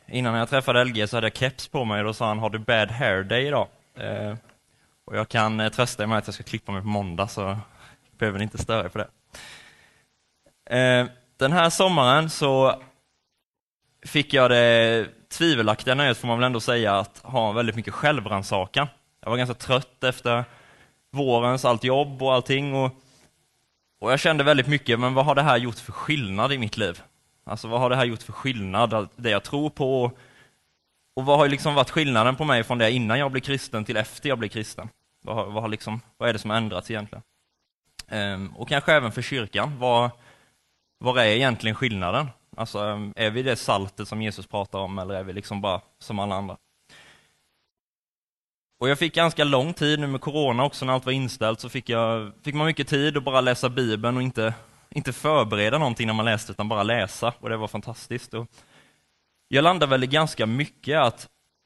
Innan jag träffade LG så hade jag keps på mig och då sa han, har du bad hair day idag? Och jag kan trösta mig att jag ska klippa mig på måndag, så behöver ni inte störa er för det. Den här sommaren så fick jag det tvivelaktiga nöjet, får man väl ändå säga, att ha väldigt mycket självrannsakan. Jag var ganska trött efter vårens allt jobb och allting, och jag kände väldigt mycket, men vad har det här gjort för skillnad i mitt liv? Alltså vad har det här gjort för skillnad, det jag tror på, och vad har liksom varit skillnaden på mig från det innan jag blev kristen till efter jag blev kristen? Vad är det som har ändrats egentligen? Och kanske även för kyrkan, vad är egentligen skillnaden? Alltså är vi det saltet som Jesus pratar om, eller är vi liksom bara som alla andra? Och jag fick ganska lång tid nu med corona också, när allt var inställt, så fick man mycket tid att bara läsa Bibeln och inte förbereda någonting när man läste, utan bara läsa, och det var fantastiskt. Och jag landade väl i ganska mycket att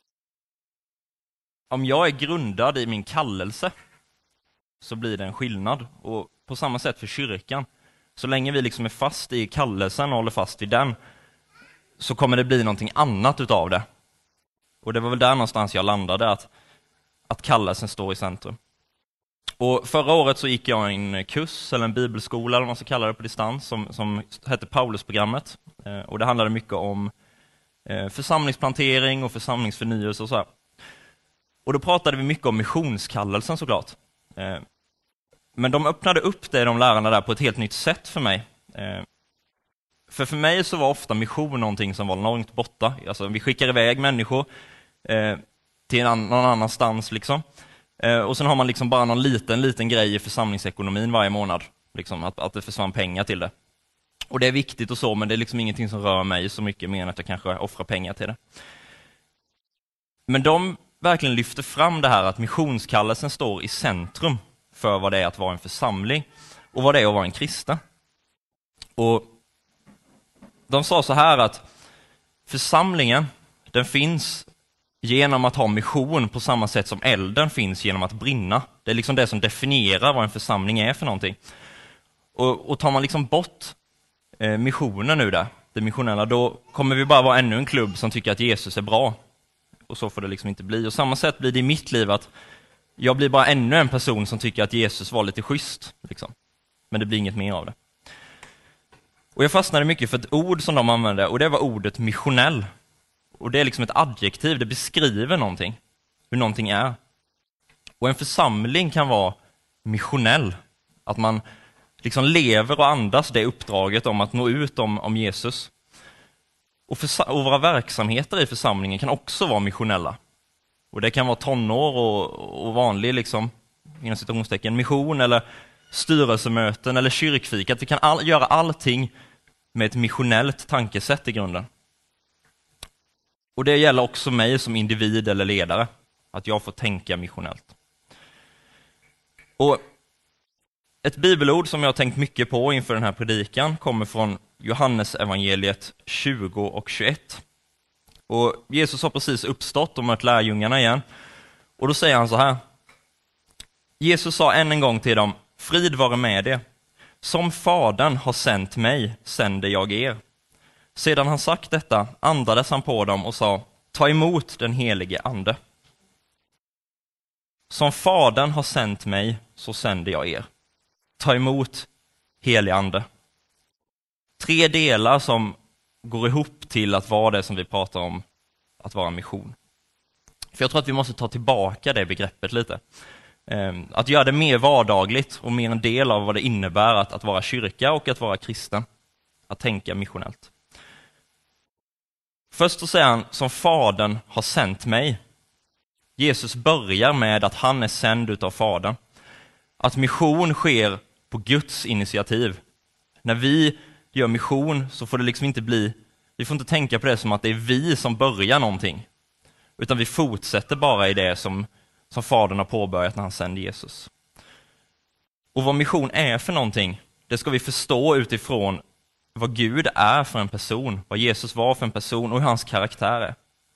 om jag är grundad i min kallelse så blir det en skillnad, och på samma sätt för kyrkan. Så länge vi liksom är fast i kallelsen och håller fast vid den, så kommer det bli någonting annat utav det. Och det var väl där någonstans jag landade, att kallelsen står i centrum. Och förra året så gick jag en kurs, eller en bibelskola, eller vad man ska kalla det, på distans, som hette Paulusprogrammet. Och det handlade mycket om församlingsplantering och församlingsförnyelse och så här. Och då pratade vi mycket om missionskallelsen, såklart. Men de öppnade upp de lärarna där på ett helt nytt sätt för mig. För mig så var ofta mission någonting som var långt borta. Alltså vi skickar iväg människor till någon annanstans liksom. Och sen har man liksom bara någon liten grej i församlingsekonomin varje månad. Liksom, att det försvann pengar till det. Och det är viktigt och så, men det är liksom ingenting som rör mig så mycket mer än att jag kanske offrar pengar till det. Men de verkligen lyfter fram det här att missionskallelsen står i centrum för vad det är att vara en församling och vad det är att vara en kristen. Och de sa så här att församlingen, den finns genom att ha mission på samma sätt som elden finns genom att brinna. Det är liksom det som definierar vad en församling är för någonting. Och tar man liksom bort missionen nu där, det missionella, då kommer vi bara vara ännu en klubb som tycker att Jesus är bra. Och så får det liksom inte bli. Och samma sätt blir det i mitt liv, att jag blir bara ännu en person som tycker att Jesus var lite schysst. Liksom. Men det blir inget mer av det. Och jag fastnade mycket för ett ord som de använde, och det var ordet missionell. Och det är liksom ett adjektiv, det beskriver någonting, hur någonting är. Och en församling kan vara missionell. Att man liksom lever och andas det uppdraget om att nå ut om Jesus. Och våra verksamheter i församlingen kan också vara missionella. Och det kan vara tonår och vanlig liksom, inom citationstecken, mission eller styrelsemöten eller kyrkfika. Att vi kan göra allting med ett missionellt tankesätt i grunden. Och det gäller också mig som individ eller ledare, att jag får tänka missionellt. Och ett bibelord som jag har tänkt mycket på inför den här predikan kommer från Johannes evangeliet 20 och 21. Och Jesus har precis uppstått och mött lärjungarna igen. Och då säger han så här. Jesus sa än en gång till dem, frid vare med er. Som Fadern har sänt mig, sänder jag er. Sedan han sagt detta andades han på dem och sa, ta emot den helige ande. Som Fadern har sänt mig, så sänder jag er. Ta emot helig ande. 3 delar som går ihop till att vara det som vi pratar om, att vara mission. För jag tror att vi måste ta tillbaka det begreppet lite. Att göra det mer vardagligt och mer en del av vad det innebär att vara kyrka och att vara kristen. Att tänka missionellt. Först så säger han, som Fadern har sänt mig. Jesus börjar med att han är sänd utav Fadern. Att mission sker på Guds initiativ. När vi gör mission så får det liksom inte bli, vi får inte tänka på det som att det är vi som börjar någonting. Utan vi fortsätter bara i det som Fadern har påbörjat när han sände Jesus. Och vad mission är för någonting, det ska vi förstå utifrån vad Gud är för en person, vad Jesus var för en person och hur hans karaktär är.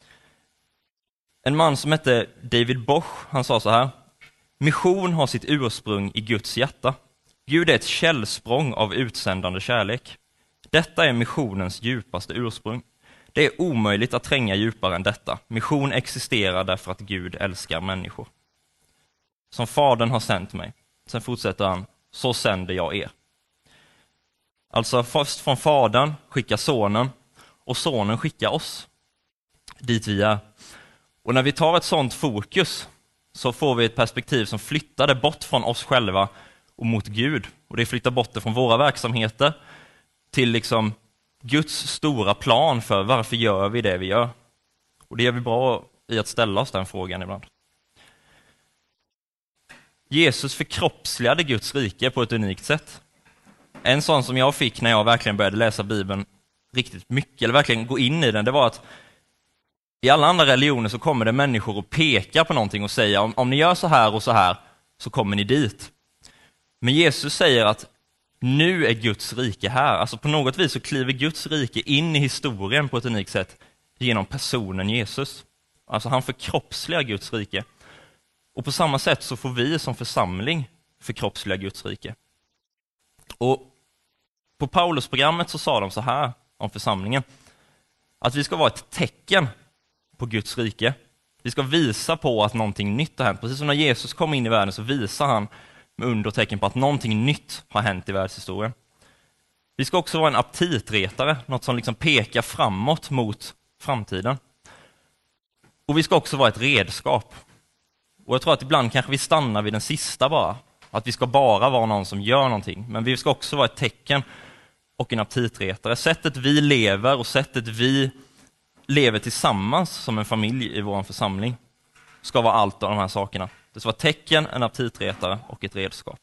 En man som hette David Bosch, han sa så här: mission har sitt ursprung i Guds hjärta. Gud är ett källsprång av utsändande kärlek. Detta är missionens djupaste ursprung. Det är omöjligt att tränga djupare än detta. Mission existerar därför att Gud älskar människor. Som Fadern har sänt mig. Sen fortsätter han, så sänder jag er. Alltså först från Fadern skickar Sonen och Sonen skickar oss dit vi är. Och när vi tar ett sånt fokus så får vi ett perspektiv som flyttar det bort från oss själva och mot Gud. Och det flyttar bort det från våra verksamheter till liksom Guds stora plan för varför gör vi det vi gör. Och det gör vi bra i att ställa oss den frågan ibland. Jesus förkroppsligade Guds rike på ett unikt sätt. En sån som jag fick när jag verkligen började läsa Bibeln riktigt mycket, eller verkligen gå in i den, det var att i alla andra religioner så kommer det människor och pekar på någonting och säger om ni gör så här och så här så kommer ni dit. Men Jesus säger att nu är Guds rike här. Alltså på något vis så kliver Guds rike in i historien på ett unikt sätt genom personen Jesus. Alltså han förkroppsligar Guds rike. Och på samma sätt så får vi som församling förkroppsliga Guds rike. Och på Paulusprogrammet så sa de så här om församlingen. Att vi ska vara ett tecken på Guds rike. Vi ska visa på att någonting nytt har hänt. Precis som när Jesus kom in i världen så visar han med undertecken på att någonting nytt har hänt i världshistorien. Vi ska också vara en aptitretare, något som liksom pekar framåt mot framtiden. Och vi ska också vara ett redskap. Och jag tror att ibland kanske vi stannar vid den sista bara. Att vi ska bara vara någon som gör någonting. Men vi ska också vara ett tecken och en aptitretare. Sättet vi lever och sättet vi lever tillsammans som en familj i vår församling ska vara allt av de här sakerna. Det ska vara tecken, en aptitretare och ett redskap.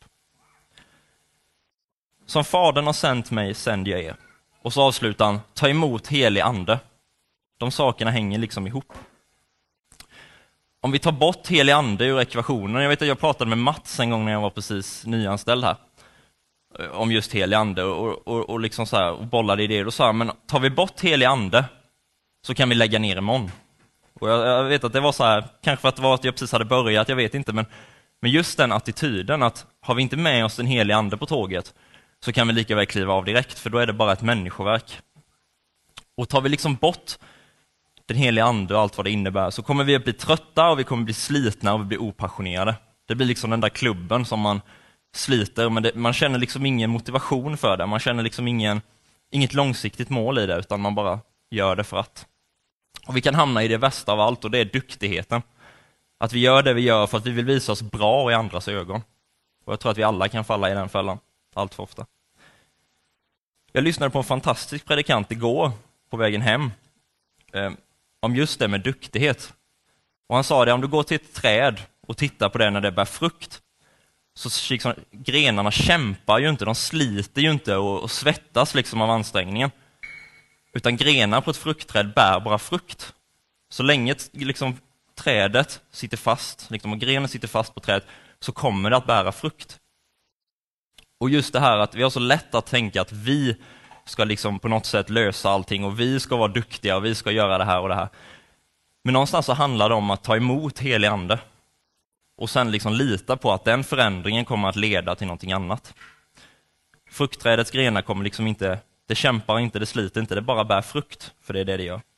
Som Fadern har sänt mig sänder jag er. Och så avslutar han, ta emot helig ande. De sakerna hänger liksom ihop. Om vi tar bort helig ande ur ekvationen, jag vet att jag pratade med Mats en gång när jag var precis nyanställd här, om just helig ande och liksom så här, och bollade i det. Då sa jag, men tar vi bort helig ande så kan vi lägga ner imorgon. Och jag vet att det var så här, kanske för att det var att jag precis hade börjat, jag vet inte, men just den attityden att har vi inte med oss en helig ande på tåget så kan vi lika väl kliva av direkt, för då är det bara ett människoverk. Och tar vi liksom bort den heliga ande och allt vad det innebär så kommer vi att bli trötta och vi kommer bli slitna och vi blir opassionerade. Det blir liksom den där klubben som man sliter, men man känner liksom ingen motivation för det. Man känner liksom inget långsiktigt mål i det, utan man bara gör det för att. Och vi kan hamna i det värsta av allt, och det är duktigheten. Att vi gör det vi gör för att vi vill visa oss bra i andras ögon. Och jag tror att vi alla kan falla i den fällan allt för ofta. Jag lyssnade på en fantastisk predikant igår på vägen hem om just det med duktighet. Och han sa det, om du går till ett träd och tittar på det när det bär frukt, så liksom, grenarna kämpar ju inte, de sliter ju inte och svettas liksom av ansträngningen. Utan grenar på ett fruktträd bär bara frukt. Så länge liksom, trädet sitter fast, liksom, och grenen sitter fast på trädet, så kommer det att bära frukt. Och just det här att vi har så lätt att tänka att vi ska liksom på något sätt lösa allting och vi ska vara duktiga och vi ska göra det här och det här. Men någonstans så handlar det om att ta emot helig ande och sen liksom lita på att den förändringen kommer att leda till någonting annat. Fruktträdets grenar kommer liksom inte, det kämpar inte, det sliter inte, det bara bär frukt, för det är det gör.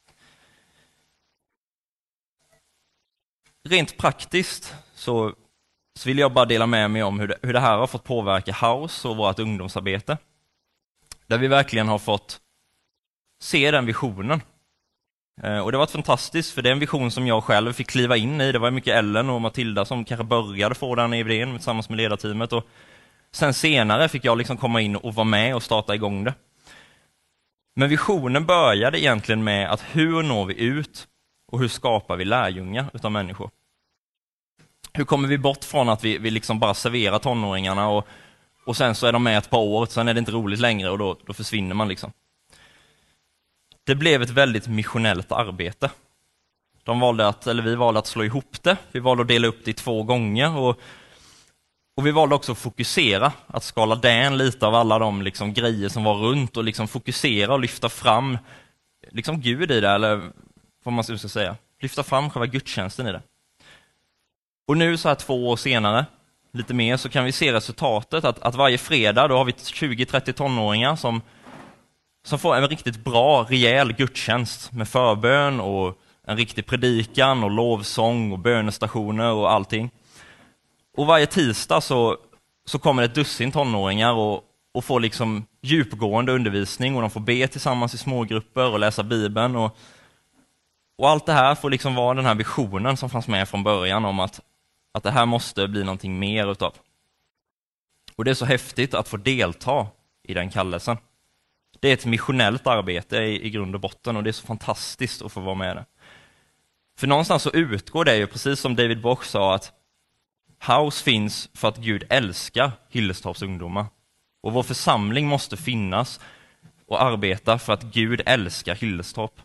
Rent praktiskt så vill jag bara dela med mig om hur det här har fått påverka House och vårt ungdomsarbete. Där vi verkligen har fått se den visionen. Och det har varit fantastiskt, för det är en vision som jag själv fick kliva in i. Det var mycket Ellen och Matilda som kanske började få den idén tillsammans med ledarteamet. Och sen senare fick jag liksom komma in och vara med och starta igång det. Men visionen började egentligen med att hur når vi ut och hur skapar vi lärjungar utav människor? Hur kommer vi bort från att vi liksom bara serverar tonåringarna och sen så är de med ett par år, sen är det inte roligt längre och då försvinner man liksom. Det blev ett väldigt missionellt arbete. Vi valde att slå ihop det. Vi valde att dela upp det i 2 gånger och vi valde också att fokusera, att skala den lite av alla de liksom grejer som var runt och liksom fokusera och lyfta fram liksom Gud i det, eller vad man ska säga. Lyfta fram själva gudstjänsten i det. Och nu så här 2 år senare, lite mer, så kan vi se resultatet att varje fredag då har vi 20-30 tonåringar som får en riktigt bra, rejäl gudstjänst med förbön och en riktig predikan och lovsång och bönestationer och allting. Och varje tisdag så kommer ett dussin tonåringar och får liksom djupgående undervisning, och de får be tillsammans i smågrupper och läsa Bibeln. Och allt det här får liksom vara den här visionen som fanns med från början om att det här måste bli någonting mer utav. Och det är så häftigt att få delta i den kallelsen. Det är ett missionellt arbete i grund och botten, och det är så fantastiskt att få vara med det. För någonstans så utgår det ju, precis som David Bock sa, att House finns för att Gud älskar Hillerstorps ungdomar. Och vår församling måste finnas och arbeta för att Gud älskar Hillerstorp.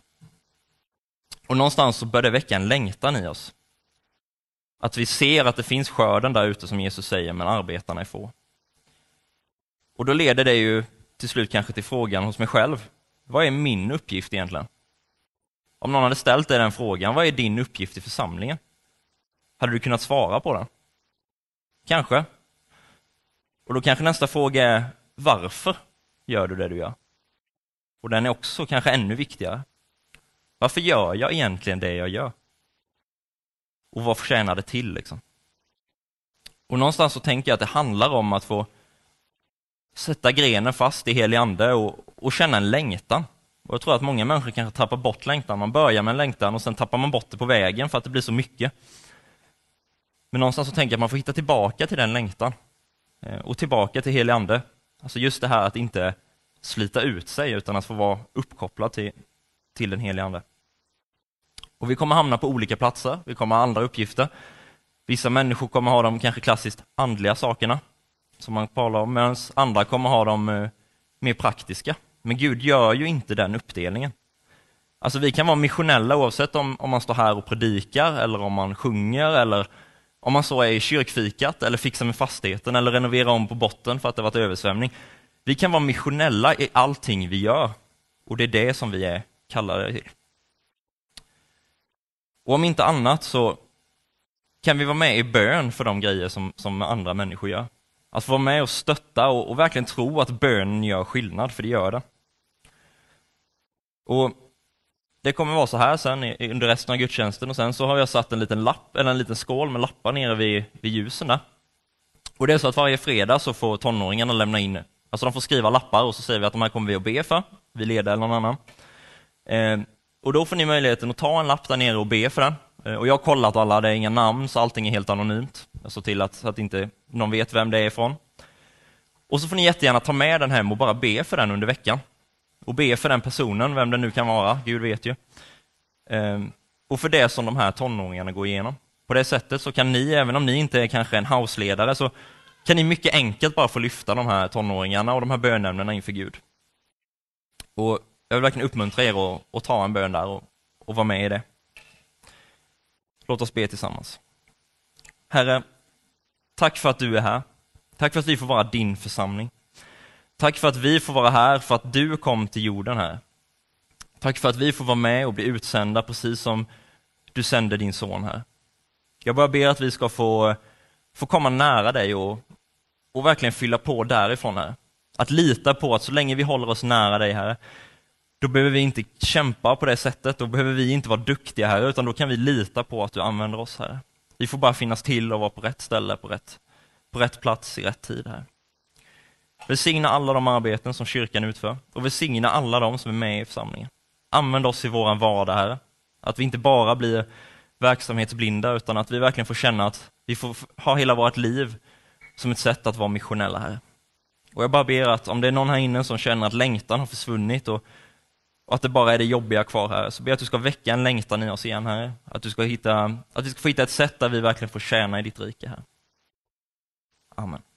Och någonstans så bör det väcka en längtan i oss. Att vi ser att det finns skörden där ute som Jesus säger, men arbetarna är få. Och då leder det ju till slut kanske till frågan hos mig själv. Vad är min uppgift egentligen? Om någon hade ställt dig den frågan, vad är din uppgift i församlingen? Hade du kunnat svara på den? Kanske. Och då kanske nästa fråga är, varför gör du det du gör? Och den är också kanske ännu viktigare. Varför gör jag egentligen det jag gör? Och vad förtjänar det till liksom? Och någonstans så tänker jag att det handlar om att få sätta grenen fast i helig ande och känna en längtan. Och jag tror att många människor kanske tappar bort längtan. Man börjar med en längtan och sen tappar man bort det på vägen för att det blir så mycket. Men någonstans så tänker jag att man får hitta tillbaka till den längtan. Och tillbaka till helig ande. Alltså just det här att inte slita ut sig utan att få vara uppkopplad till den heliga ande. Och vi kommer hamna på olika platser. Vi kommer ha andra uppgifter. Vissa människor kommer ha de kanske klassiskt andliga sakerna som man talar om, medan andra kommer ha de mer praktiska. Men Gud gör ju inte den uppdelningen. Alltså vi kan vara missionella oavsett om man står här och predikar, eller om man sjunger, eller om man så är i kyrkfikat, eller fixar med fastigheten, eller renoverar om på botten för att det varit översvämning. Vi kan vara missionella i allting vi gör. Och det är det som vi är kallade till. Och om inte annat så kan vi vara med i bön för de grejer som andra människor gör. Att få vara med och stötta och verkligen tro att bönen gör skillnad, för det gör det. Och det kommer vara så här sen under resten av gudstjänsten, och sen så har jag satt en liten lapp, eller en liten skål med lappar nere vid ljusen där. Och det är så att varje fredag så får tonåringarna lämna in, alltså de får skriva lappar och så säger vi att de här kommer vi att be för, vi leder eller någon annan. Och då får ni möjligheten att ta en lapp där nere och be för den. Och jag har kollat alla, det är inga namn så allting är helt anonymt. Jag såg till att inte någon vet vem det är ifrån. Och så får ni jättegärna ta med den hem och bara be för den under veckan. Och be för den personen, vem det nu kan vara, Gud vet ju. Och för det som de här tonåringarna går igenom. På det sättet så kan ni, även om ni inte är kanske en houseledare, så kan ni mycket enkelt bara få lyfta de här tonåringarna och de här bönämnena inför Gud. Och jag vill verkligen uppmuntra er att ta en bön där och vara med i det. Låt oss be tillsammans. Herre, tack för att du är här. Tack för att vi får vara din församling. Tack för att vi får vara här för att du kom till jorden här. Tack för att vi får vara med och bli utsända precis som du sände din son här. Jag bara ber att vi ska få komma nära dig och verkligen fylla på därifrån här. Att lita på att så länge vi håller oss nära dig här, då behöver vi inte kämpa på det sättet, då behöver vi inte vara duktiga här, utan då kan vi lita på att du använder oss här. Vi får bara finnas till och vara på rätt ställe, på rätt plats i rätt tid här. Välsigna alla de arbeten som kyrkan utför och välsigna alla de som är med i församlingen. Använd oss i våran vardag här. Att vi inte bara blir verksamhetsblinda, utan att vi verkligen får känna att vi får ha hela vårt liv som ett sätt att vara missionella här. Och jag bara ber att om det är någon här inne som känner att längtan har försvunnit och att det bara är det jobbiga kvar här, så ber jag att du ska väcka en längtan i oss igen här. Att vi ska få hitta ett sätt där vi verkligen får tjäna i ditt rike här. Amen.